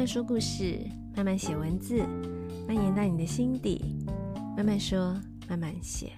说故事，慢慢写文字，蔓延到你的心底，慢慢说，慢慢写。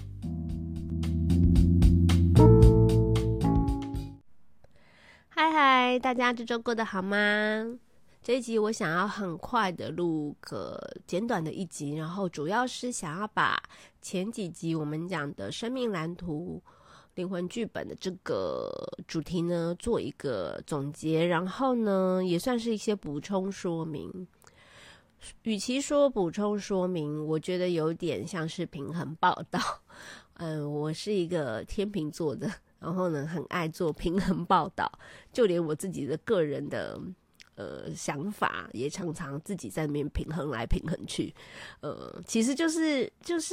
嗨，大家这周过得好吗？这一集我想要很快的录个简短的一集，然后主要是想要把前几集我们讲的生命蓝图、灵魂剧本的这个主题呢做一个总结，然后呢也算是一些补充说明。与其说补充说明，我觉得有点像是平衡报道。我是一个天秤座的，然后呢很爱做平衡报道，就连我自己的个人的想法也常常自己在那边平衡来平衡去。其实就是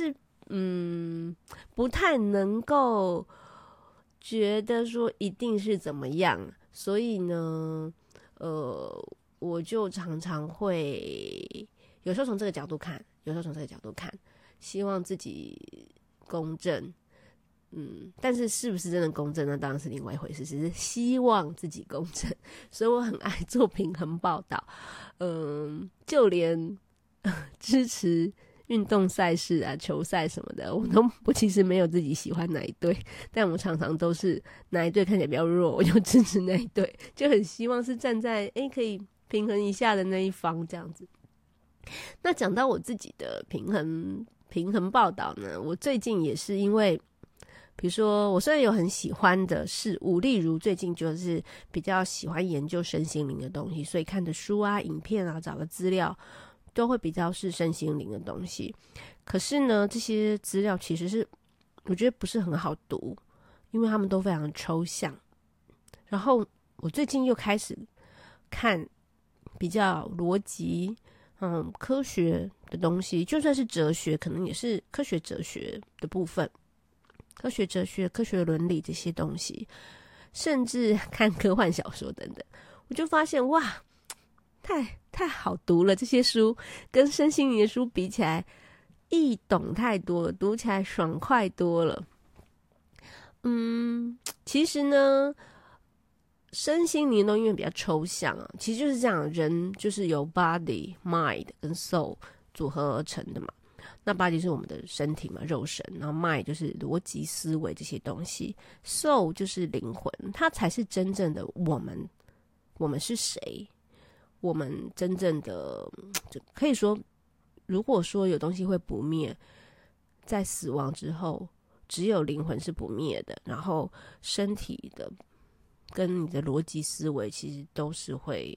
不太能够觉得说一定是怎么样，所以呢我就常常会有时候从这个角度看，有时候从这个角度看，希望自己公正。但是是不是真的公正，那当然是另外一回事，只是希望自己公正，所以我很爱做平衡报道。就连支持运动赛事啊、球赛什么的，我其实没有自己喜欢哪一队，但我常常都是哪一队看起来比较弱，我就支持那一队，就很希望是站在可以平衡一下的那一方这样子。那讲到我自己的平衡报道呢，我最近也是因为比如说我虽然有很喜欢的事物，例如最近就是比较喜欢研究身心灵的东西，所以看的书啊、影片啊、找的资料都会比较是身心灵的东西。可是呢，这些资料其实是我觉得不是很好读，因为他们都非常抽象。然后我最近又开始看比较逻辑科学的东西，就算是哲学，可能也是科学哲学的部分，科学哲学、科学伦理这些东西，甚至看科幻小说等等，我就发现哇，太好读了，这些书跟身心灵的书比起来易懂太多了，读起来爽快多了。其实呢身心灵都因为比较抽象啊，其实就是这样，人就是由 body、mind 跟 soul 组合而成的嘛。那 body 是我们的身体嘛，肉身，然后 mind 就是逻辑思维这些东西， soul 就是灵魂，它才是真正的我们是谁，我们真正的就可以说，如果说有东西会不灭，在死亡之后只有灵魂是不灭的，然后身体的跟你的逻辑思维其实都是会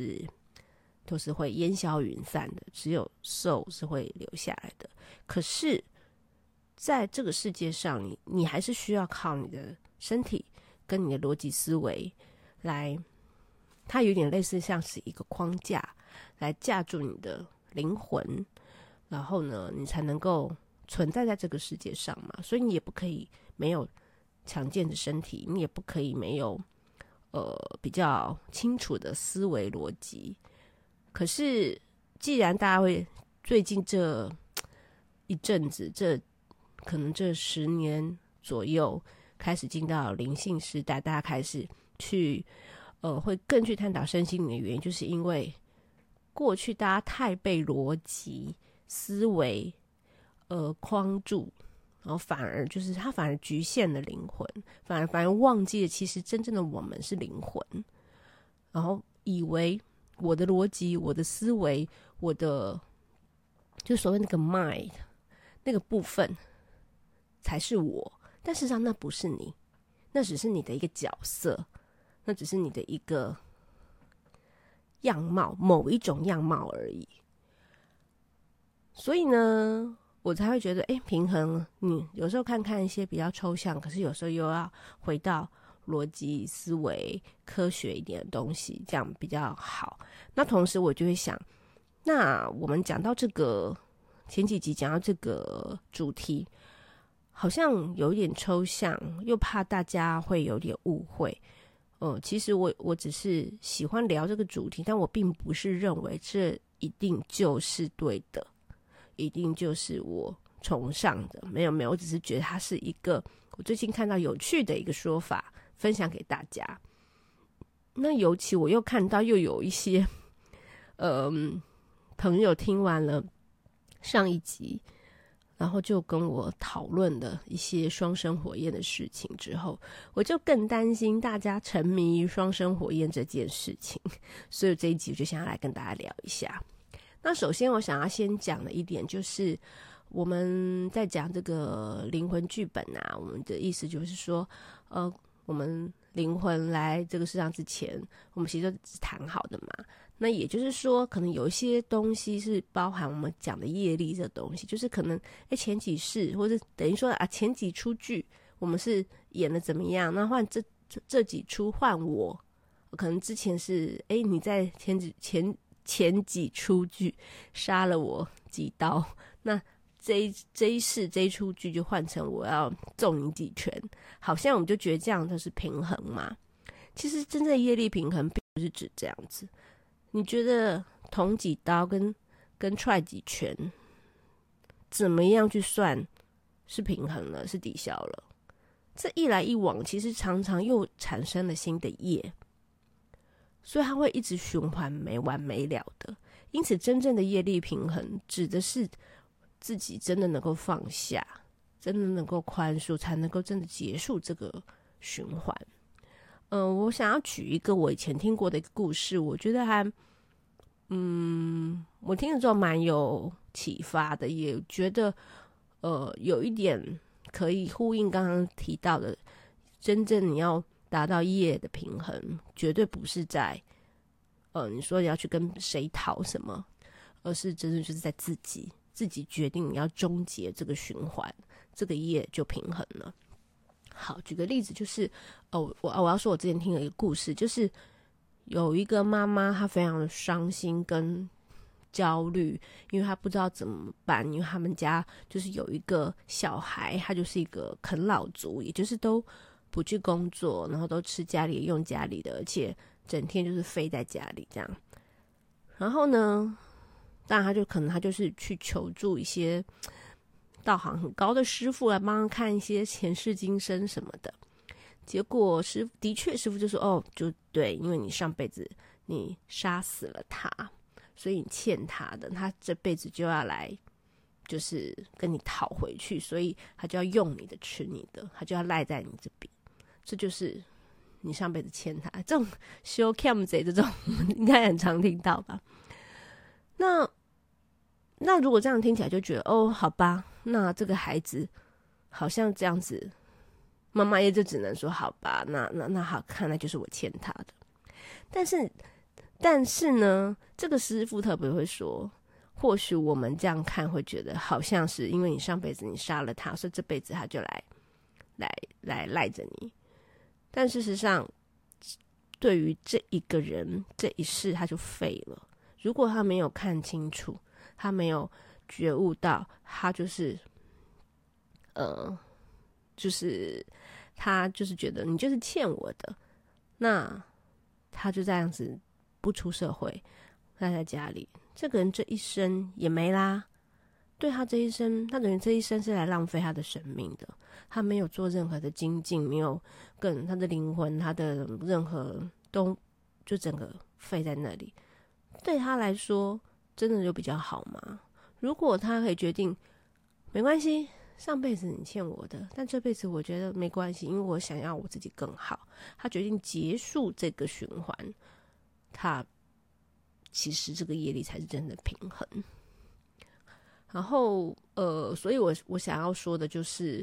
烟消云散的，只有 soul 是会留下来的。可是在这个世界上，你还是需要靠你的身体跟你的逻辑思维来，它有点类似像是一个框架来架住你的灵魂，然后呢你才能够存在在这个世界上嘛。所以你也不可以没有强健的身体，你也不可以没有比较清楚的思维逻辑。可是既然大家会最近这一阵子，可能这10年左右开始进到灵性时代，大家开始去会更去探讨身心灵的原因，就是因为过去大家太被逻辑思维框住，然后反而局限了灵魂，反而忘记了其实真正的我们是灵魂，然后以为我的逻辑、我的思维、我的就所谓那个 mind 那个部分才是我，但事实上那不是你，那只是你的一个角色，那只是你的一个样貌，某一种样貌而已。所以呢我才会觉得平衡，你有时候看一些比较抽象，可是有时候又要回到逻辑思维科学一点的东西，这样比较好。那同时我就会想，那我们讲到这个前几集讲到这个主题，好像有点抽象，又怕大家会有点误会。其实我只是喜欢聊这个主题，但我并不是认为这一定就是对的，一定就是我崇尚的，没有，我只是觉得它是一个我最近看到有趣的一个说法，分享给大家。那尤其我又看到又有一些朋友听完了上一集，然后就跟我讨论的一些双生火焰的事情之后，我就更担心大家沉迷于双生火焰这件事情，所以这一集我就想要来跟大家聊一下。那首先我想要先讲的一点就是我们在讲这个灵魂剧本啊，我们的意思就是说我们灵魂来这个世上之前，我们其实都是谈好的嘛。那也就是说，可能有一些东西是包含我们讲的业力这个东西，就是可能前几世或者等于说前几出剧我们是演的怎么样，那换这几出换我，可能之前是你在前几出剧杀了我几刀，那这一世这一出剧就换成我要揍你几拳，好像我们就觉得这样就是平衡嘛。其实真正的业力平衡并不是指这样子。你觉得捅几刀跟踹几拳怎么样去算是平衡了，是抵消了？这一来一往，其实常常又产生了新的业，所以它会一直循环没完没了的。因此真正的业力平衡指的是自己真的能够放下，真的能够宽恕，才能够真的结束这个循环。我想要举一个我以前听过的一个故事，我觉得还我听了之后蛮有启发的，也觉得有一点可以呼应刚刚提到的，真正你要达到业的平衡，绝对不是在你说你要去跟谁讨什么，而是真正就是在自己决定你要终结这个循环，这个业就平衡了。好，举个例子，就是我要说我之前听了一个故事，就是有一个妈妈，她非常的伤心跟焦虑，因为她不知道怎么办，因为他们家就是有一个小孩，他就是一个啃老族，也就是都不去工作，然后都吃家里用家里的，而且整天就是飞在家里这样。然后呢，当然他就是去求助一些道行很高的师傅来帮他看一些前世今生什么的。结果师傅就说就对，因为你上辈子你杀死了他，所以你欠他的，他这辈子就要来就是跟你讨回去，所以他就要用你的吃你的，他就要赖在你这边，这就是你上辈子欠他。这种修 cam 贼这种我们应该很常听到吧。那如果这样听起来就觉得好吧，那这个孩子好像这样子，妈妈也就只能说好吧，那好，看来就是我欠他的。但是呢，这个师父特别会说，或许我们这样看会觉得好像是因为你上辈子你杀了他，所以这辈子他就来赖着你。但事实上，对于这一个人这一世他就废了。如果他没有看清楚，他没有觉悟到，他就是他就是觉得你就是欠我的，那他就这样子不出社会，待在家里，这个人这一生也没啦。对，他这一生，他等于这一生是来浪费他的生命的，他没有做任何的精进，没有跟他的灵魂，他的任何都就整个废在那里。对他来说真的就比较好吗？如果他可以决定没关系，上辈子你欠我的，但这辈子我觉得没关系，因为我想要我自己更好，他决定结束这个循环，他其实这个业力才是真的平衡。然后所以我想要说的就是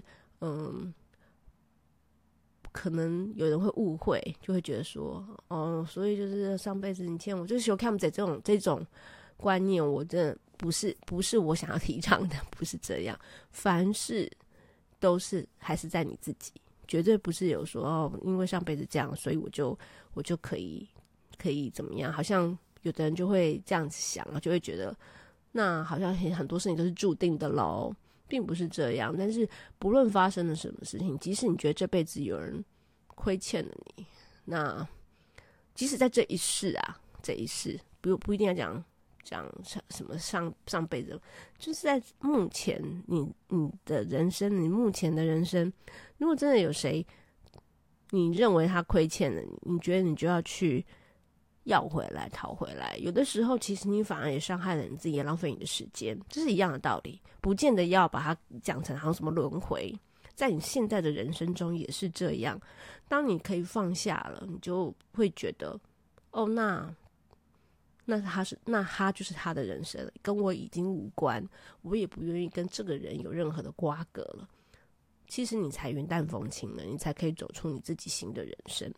可能有人会误会，就会觉得说所以就是上辈子你欠我，就是修看不这种观念，我真的不是我想要提倡的，不是这样。凡事都是还是在你自己，绝对不是有说因为上辈子这样，所以我就可以怎么样。好像有的人就会这样子想，就会觉得那好像很多事情都是注定的咯，并不是这样。但是不论发生了什么事情，即使你觉得这辈子有人亏欠了你，那即使在这一世不一定要讲什么上辈子，就是在目前你的人生，你目前的人生，如果真的有谁你认为他亏欠了你，你觉得你就要去要回来讨回来，有的时候其实你反而也伤害了你自己，也浪费你的时间，这是一样的道理，不见得要把它讲成好像什么轮回，在你现在的人生中也是这样。当你可以放下了，你就会觉得哦，那他就是他的人生了，跟我已经无关，我也不愿意跟这个人有任何的瓜葛了。其实你才云淡风轻了，你才可以走出你自己新的人生。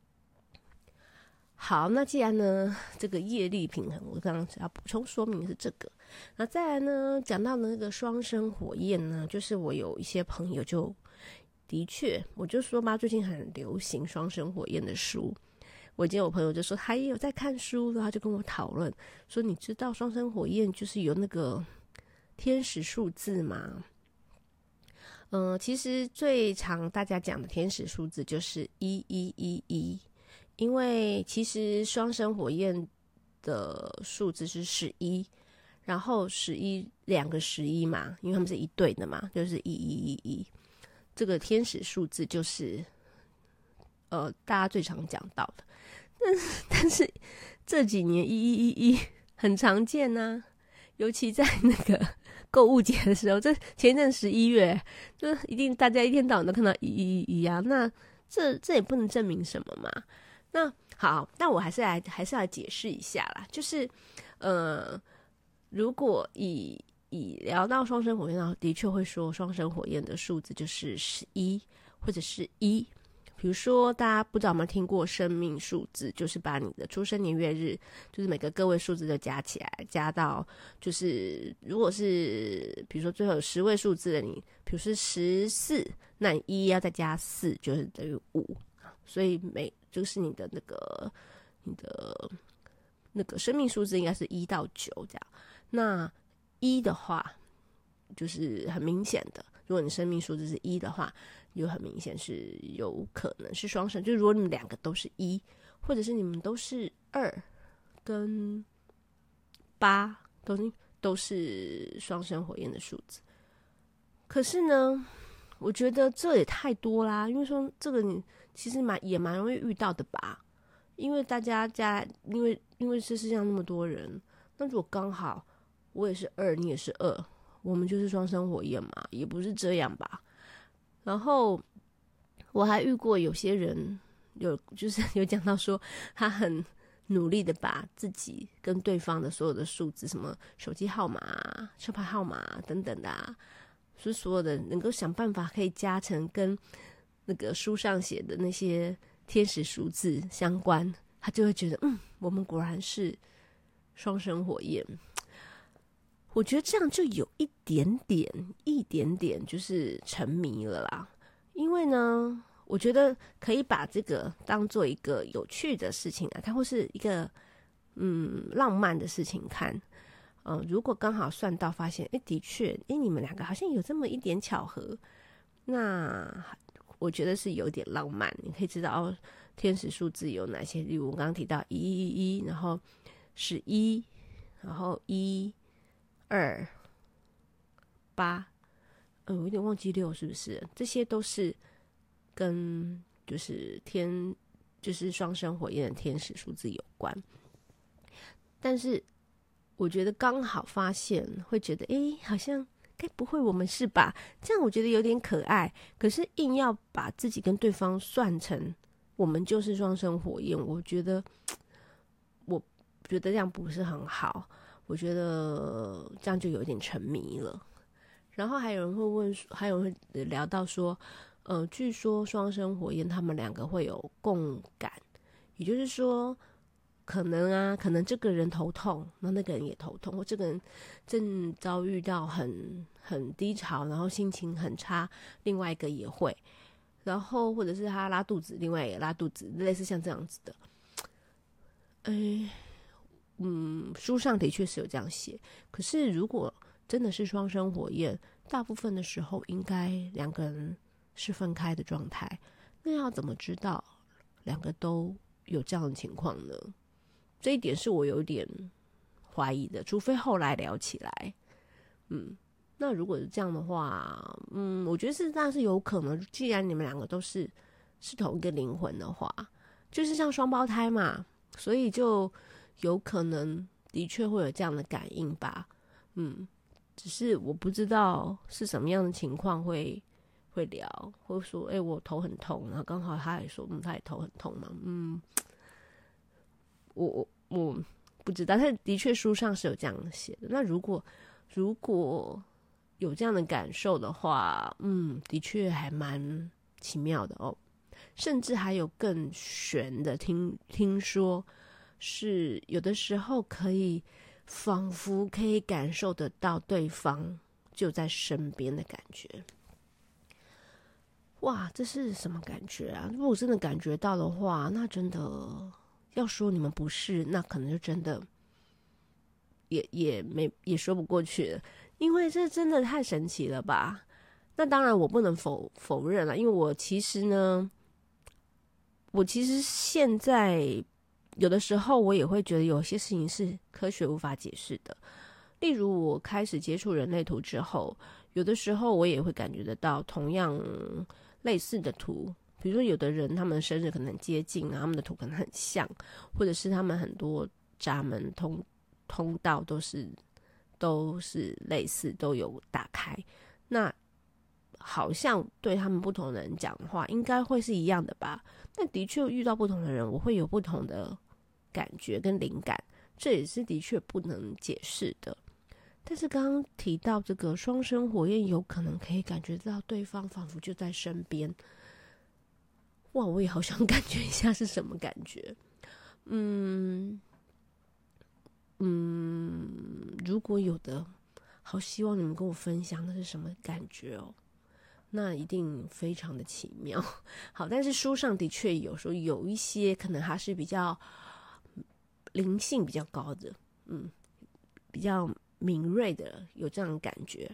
好，那既然呢这个业力平衡，我刚刚要补充说明的是这个。那再来呢，讲到那个双生火焰呢，就是我有一些朋友就的确，我就说嘛，最近很流行双生火焰的书。我今天有朋友就说他也有在看书，然后他就跟我讨论说，你知道双生火焰就是有那个天使数字吗？其实最常大家讲的天使数字就是1111，因为其实双生火焰的数字是11，然后两个11嘛，因为他们是一对的嘛，就是1111。这个天使数字就是大家最常讲到的。但是这几年1111很常见啊，尤其在那个购物节的时候，这前一阵11月，就一定大家一天到晚都看到1111啊。那这也不能证明什么嘛。那好，那我还是来解释一下啦，就是如果以聊到双生火焰，的确会说双生火焰的数字就是11或者是1。比如说大家不知道有没有听过生命数字，就是把你的出生年月日，就是每个个位数字都加起来，加到就是如果是比如说最后有10位数字的你，比如是14，那你1要再加4，就是等于5，所以就是你的那个生命数字应该是1到9这样。那1的话就是很明显的，如果你生命数字是1的话，就很明显是有可能是双生，就如果你们两个都是1，或者是你们都是2跟8，都是双生火焰的数字。可是呢，我觉得这也太多啦，因为说这个你其实也蛮容易遇到的吧，因为大家因为这世界上那么多人，那如果刚好我也是2，你也是2，我们就是双生火焰嘛，也不是这样吧。然后我还遇过有些人就是有讲到说，他很努力的把自己跟对方的所有的数字，什么手机号码啊、车牌号码啊等等的啊，所有的能够想办法可以加成跟那个书上写的那些天使数字相关，他就会觉得我们果然是双生火焰。我觉得这样就有一点点就是沉迷了啦。因为呢，我觉得可以把这个当做一个有趣的事情来看，或是一个浪漫的事情看。如果刚好算到发现，的确，你们两个好像有这么一点巧合，那我觉得是有点浪漫。你可以知道天使数字有哪些，例如我刚刚提到1111，然后11，然后1、2、8，我有点忘记6是不是？这些都是跟就是双生火焰的天使数字有关。但是我觉得刚好发现，会觉得好像该不会我们是吧？这样我觉得有点可爱。可是硬要把自己跟对方算成我们就是双生火焰，我觉得这样不是很好。我觉得这样就有点沉迷了。然后还有人会问，还有人会聊到说，据说双生火焰他们两个会有共感，也就是说，可能这个人头痛，然后那个人也头痛，或这个人正遭遇到很低潮，然后心情很差，另外一个也会，然后或者是他拉肚子，另外也拉肚子，类似像这样子的。书上的确是有这样写，可是如果真的是双生火焰，大部分的时候应该两个人是分开的状态，那要怎么知道两个都有这样的情况呢？这一点是我有点怀疑的，除非后来聊起来。那如果是这样的话，我觉得当然是有可能，既然你们两个都是同一个灵魂的话，就是像双胞胎嘛， 所以就有可能的确会有这样的感应吧。只是我不知道是什么样的情况会聊，或者说我头很痛，然后刚好他也说他也头很痛嘛。我不知道，但的确书上是有这样写的。那如果有这样的感受的话，的确还蛮奇妙的哦。甚至还有更玄的，听说是有的时候可以仿佛可以感受得到对方就在身边的感觉。哇，这是什么感觉啊？如果真的感觉到的话，那真的要说你们不是，那可能就真的也说不过去了，因为这真的太神奇了吧。那当然我不能否认了，因为我其实现在有的时候我也会觉得有些事情是科学无法解释的。例如我开始接触人类图之后，有的时候我也会感觉得到同样类似的图，比如说有的人他们的生日可能很接近啊，他们的图可能很像，或者是他们很多闸门通道都是类似，都有打开。那好像对他们不同的人讲话应该会是一样的吧。但的确遇到不同的人，我会有不同的感觉跟灵感，这也是的确不能解释的。但是刚刚提到这个双生火焰，有可能可以感觉到对方仿佛就在身边。哇，我也好想感觉一下是什么感觉。如果有的，好希望你们跟我分享那是什么感觉哦。那一定非常的奇妙。好，但是书上的确有说有一些可能它是比较灵性比较高的，比较敏锐的，有这样的感觉。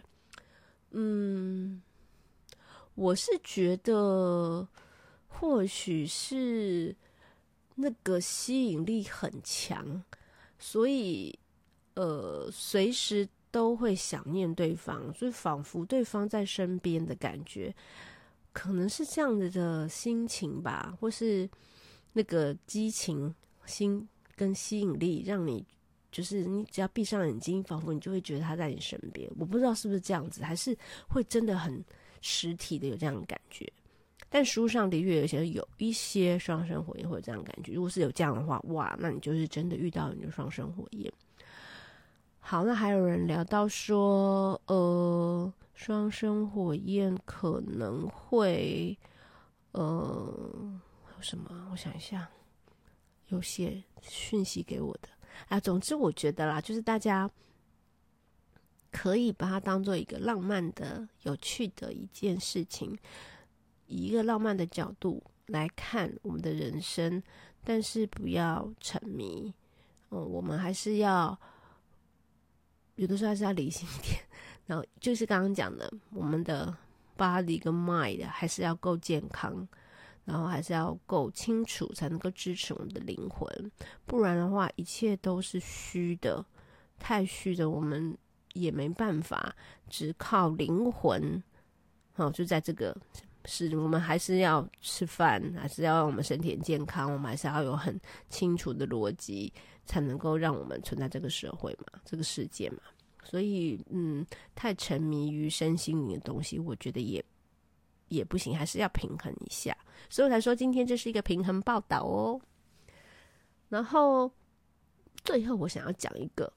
我是觉得或许是那个吸引力很强，所以随时都会想念对方，所以仿佛对方在身边的感觉，可能是这样子的心情吧，或是那个激情心跟吸引力，让你就是你只要闭上眼睛，仿佛你就会觉得他在你身边。我不知道是不是这样子，还是会真的很实体的有这样的感觉。但书上的确有一些双生火焰会有这样的感觉。如果是有这样的话，哇，那你就是真的遇到你的双生火焰。好，那还有人聊到说，双生火焰可能会，有什么？我想一下，有些讯息给我的啊。总之，我觉得啦，就是大家可以把它当做一个浪漫的、有趣的一件事情，以一个浪漫的角度来看我们的人生，但是不要沉迷。我们还是要。有的时候还是要理性一点，然后就是刚刚讲的，我们的 body 跟 mind 还是要够健康，然后还是要够清楚，才能够支持我们的灵魂。不然的话，一切都是虚的，太虚的，我们也没办法只靠灵魂。就在这个是我们还是要吃饭，还是要让我们身体很健康，我们还是要有很清楚的逻辑，才能够让我们存在这个社会嘛，这个世界嘛。所以太沉迷于身心灵的东西，我觉得也不行，还是要平衡一下。所以我才说今天这是一个平衡报道哦。然后最后我想要讲一个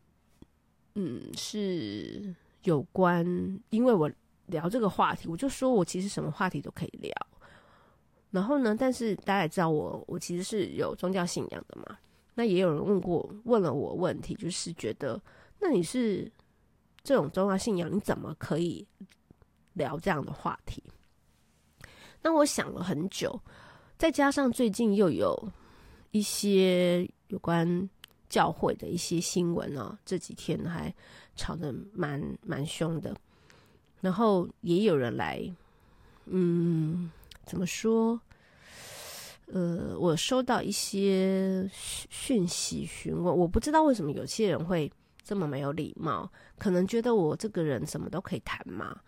是有关，因为我聊这个话题，我就说我其实什么话题都可以聊。然后呢，但是大家也知道我其实是有宗教信仰的嘛。那也有人问了我问题，就是觉得那你是这种宗教信仰，你怎么可以聊这样的话题？那我想了很久，再加上最近又有一些有关教会的一些新闻啊，这几天还吵得蛮凶的。然后也有人来，怎么说？我收到一些讯息询问，我不知道为什么有些人会这么没有礼貌，可能觉得我这个人什么都可以谈嘛，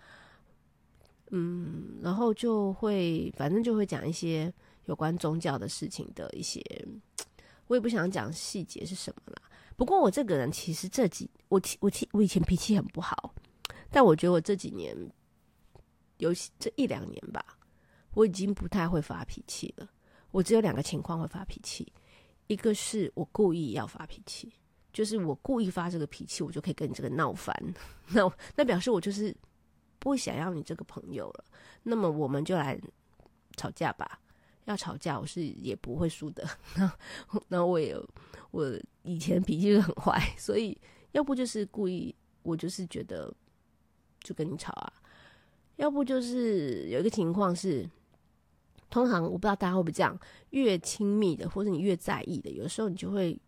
然后就会反正就会讲一些有关宗教的事情的一些我也不想讲细节是什么啦。不过我这个人其实我以前脾气很不好，但我觉得我这几年，尤其这1-2年吧，我已经不太会发脾气了。我只有2个情况会发脾气，一个是我故意要发脾气，就是我故意发这个脾气，我就可以跟你这个闹翻，那表示我就是不想要你这个朋友了，那么我们就来吵架吧。要吵架我是也不会输的，那我以前脾气就很坏，所以要不就是故意，我就是觉得就跟你吵啊，要不就是有一个情况是，通常我不知道大家会不会这样，越亲密的或者你越在意的，有的时候你就会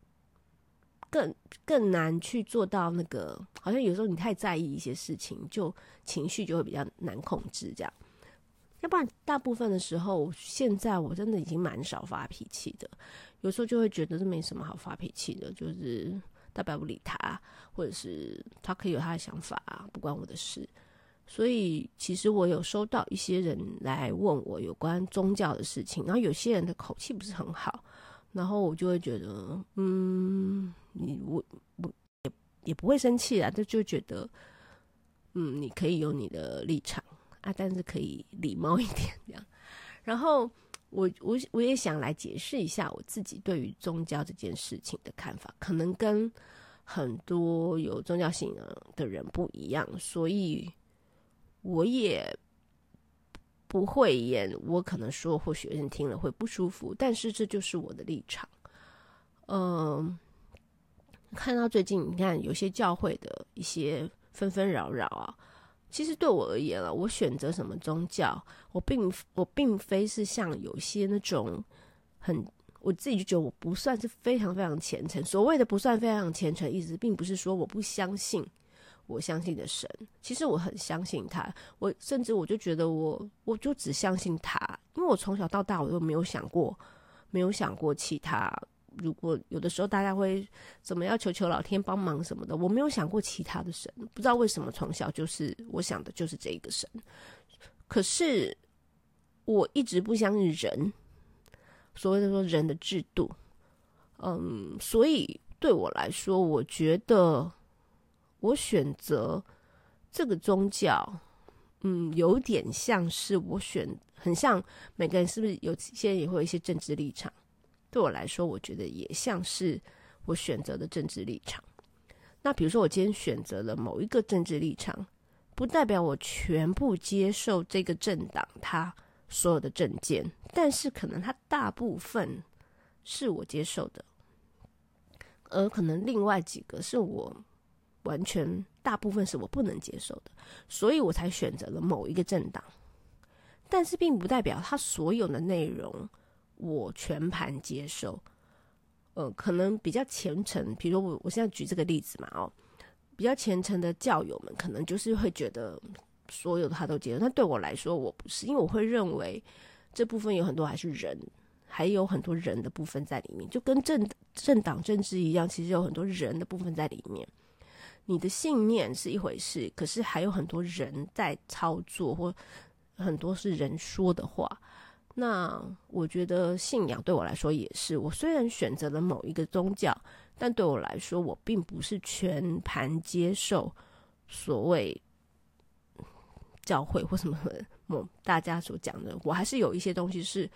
更难去做到那个，好像有时候你太在意一些事情，就情绪就会比较难控制这样。要不然大部分的时候，现在我真的已经蛮少发脾气的，有时候就会觉得这没什么好发脾气的，就是大不了不理他，或者是他可以有他的想法啊，不关我的事。所以其实我有收到一些人来问我有关宗教的事情，然后有些人的口气不是很好，然后我就会觉得我也不会生气啊，就觉得你可以有你的立场啊，但是可以礼貌一点这样。然后我也想来解释一下我自己对于宗教这件事情的看法，可能跟很多有宗教信仰的人不一样，所以我也不会演，我可能说或许有人听了会不舒服，但是这就是我的立场。看到最近你看有些教会的一些纷纷扰扰啊，其实对我而言啊，我选择什么宗教，我并非是像有些那种我自己就觉得我不算是非常非常虔诚。所谓的不算非常虔诚，意思并不是说我不相信我相信的神，其实我很相信他，甚至我就觉得我就只相信他，因为我从小到大我都没有想过其他。如果有的时候大家会怎么要求老天帮忙什么的，我没有想过其他的神，不知道为什么从小就是我想的就是这个神。可是我一直不相信人，所谓的说人的制度，所以对我来说，我觉得我选择这个宗教，有点像是很像每个人是不是有些人也会有一些政治立场。对我来说，我觉得也像是我选择的政治立场。那比如说我今天选择了某一个政治立场，不代表我全部接受这个政党他所有的政见，但是可能他大部分是我接受的，而可能另外几个是我完全大部分是我不能接受的，所以我才选择了某一个政党。但是并不代表他所有的内容我全盘接受。可能比较虔诚，比如说我现在举这个例子嘛，比较虔诚的教友们可能就是会觉得所有的他都接受，但对我来说我不是，因为我会认为这部分有很多还是人，还有很多人的部分在里面，就跟政党政治一样，其实有很多人的部分在里面。你的信念是一回事，可是还有很多人在操作，或很多是人说的话。那我觉得信仰对我来说也是，我虽然选择了某一个宗教，但对我来说我并不是全盘接受所谓教会或什么大家所讲的，我还是有一些东西是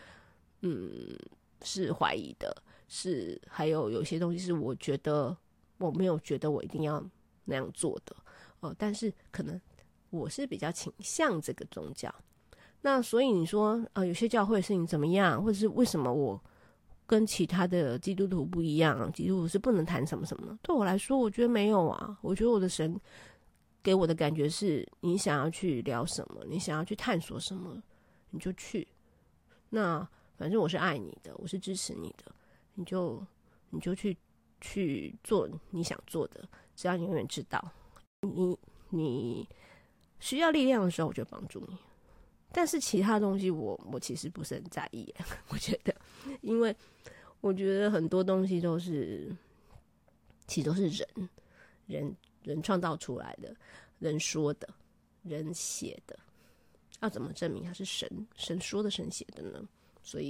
怀疑的，还有些东西是我觉得我没有觉得我一定要那样做的，但是可能我是比较倾向这个宗教。那所以你说有些教会的事情怎么样，或者是为什么我跟其他的基督徒不一样，基督徒是不能谈什么什么，对我来说我觉得没有啊。我觉得我的神给我的感觉是，你想要去聊什么，你想要去探索什么，你就去。那反正我是爱你的，我是支持你的，你就去做你想做的，只要你永远知道你需要力量的时候，我就帮助你。但是其他东西我其实不是很在意，我觉得，因为我觉得很多东西其实都是人创造出来的，人说的，人写的，要怎么证明它是神说的神写的呢？所以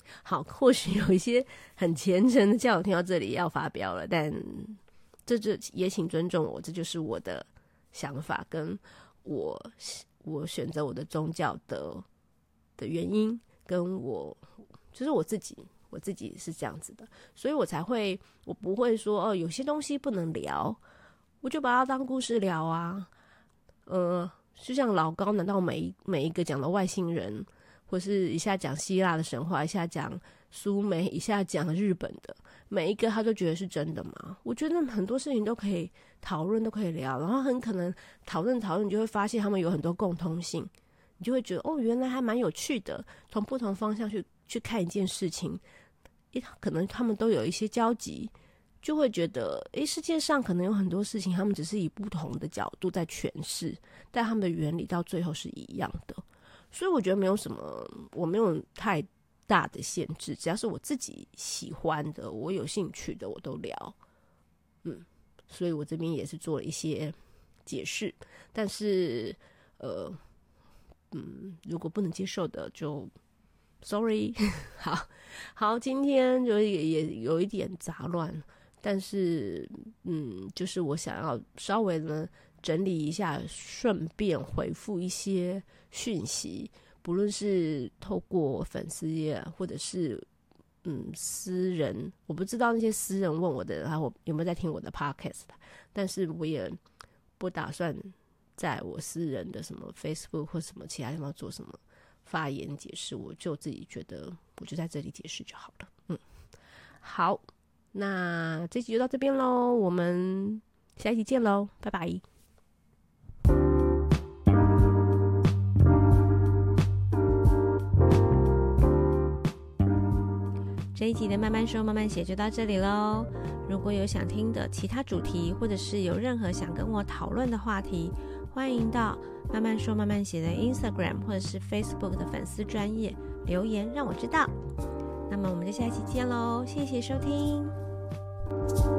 好，或许有一些很虔诚的教友听到这里要发飙了，但这也请尊重我，这就是我的想法，跟我选择我的宗教的原因，跟就是我自己是这样子的，所以我不会说有些东西不能聊，我就把它当故事聊啊。就像老高，难道每一个讲的外星人，或是一下讲希腊的神话，一下讲苏美，一下讲日本的，每一个他都觉得是真的吗？我觉得很多事情都可以讨论，都可以聊，然后很可能讨论你就会发现他们有很多共通性，你就会觉得原来还蛮有趣的，从不同方向去看一件事情，可能他们都有一些交集，就会觉得世界上可能有很多事情他们只是以不同的角度在诠释，但他们的原理到最后是一样的。所以我觉得没有什么，我没有太大的限制，只要是我自己喜欢的，我有兴趣的，我都聊。所以我这边也是做了一些解释，但是如果不能接受的就 sorry 好，今天就也有一点杂乱，但是就是我想要稍微呢整理一下，顺便回复一些讯息，不论是透过粉丝页或者是私人，我不知道那些私人问我的，然后有没有在听我的 podcast， 但是我也不打算在我私人的什么 Facebook 或什么其他地方做什么发言解释，我就自己觉得我就在这里解释就好了。好，那这集就到这边咯，我们下一集见咯，拜拜。这一集的慢慢说慢慢写就到这里咯，如果有想听的其他主题，或者是有任何想跟我讨论的话题，欢迎到慢慢说慢慢写的 Instagram 或者是 Facebook 的粉丝专页留言让我知道。那么我们就下一期见咯，谢谢收听。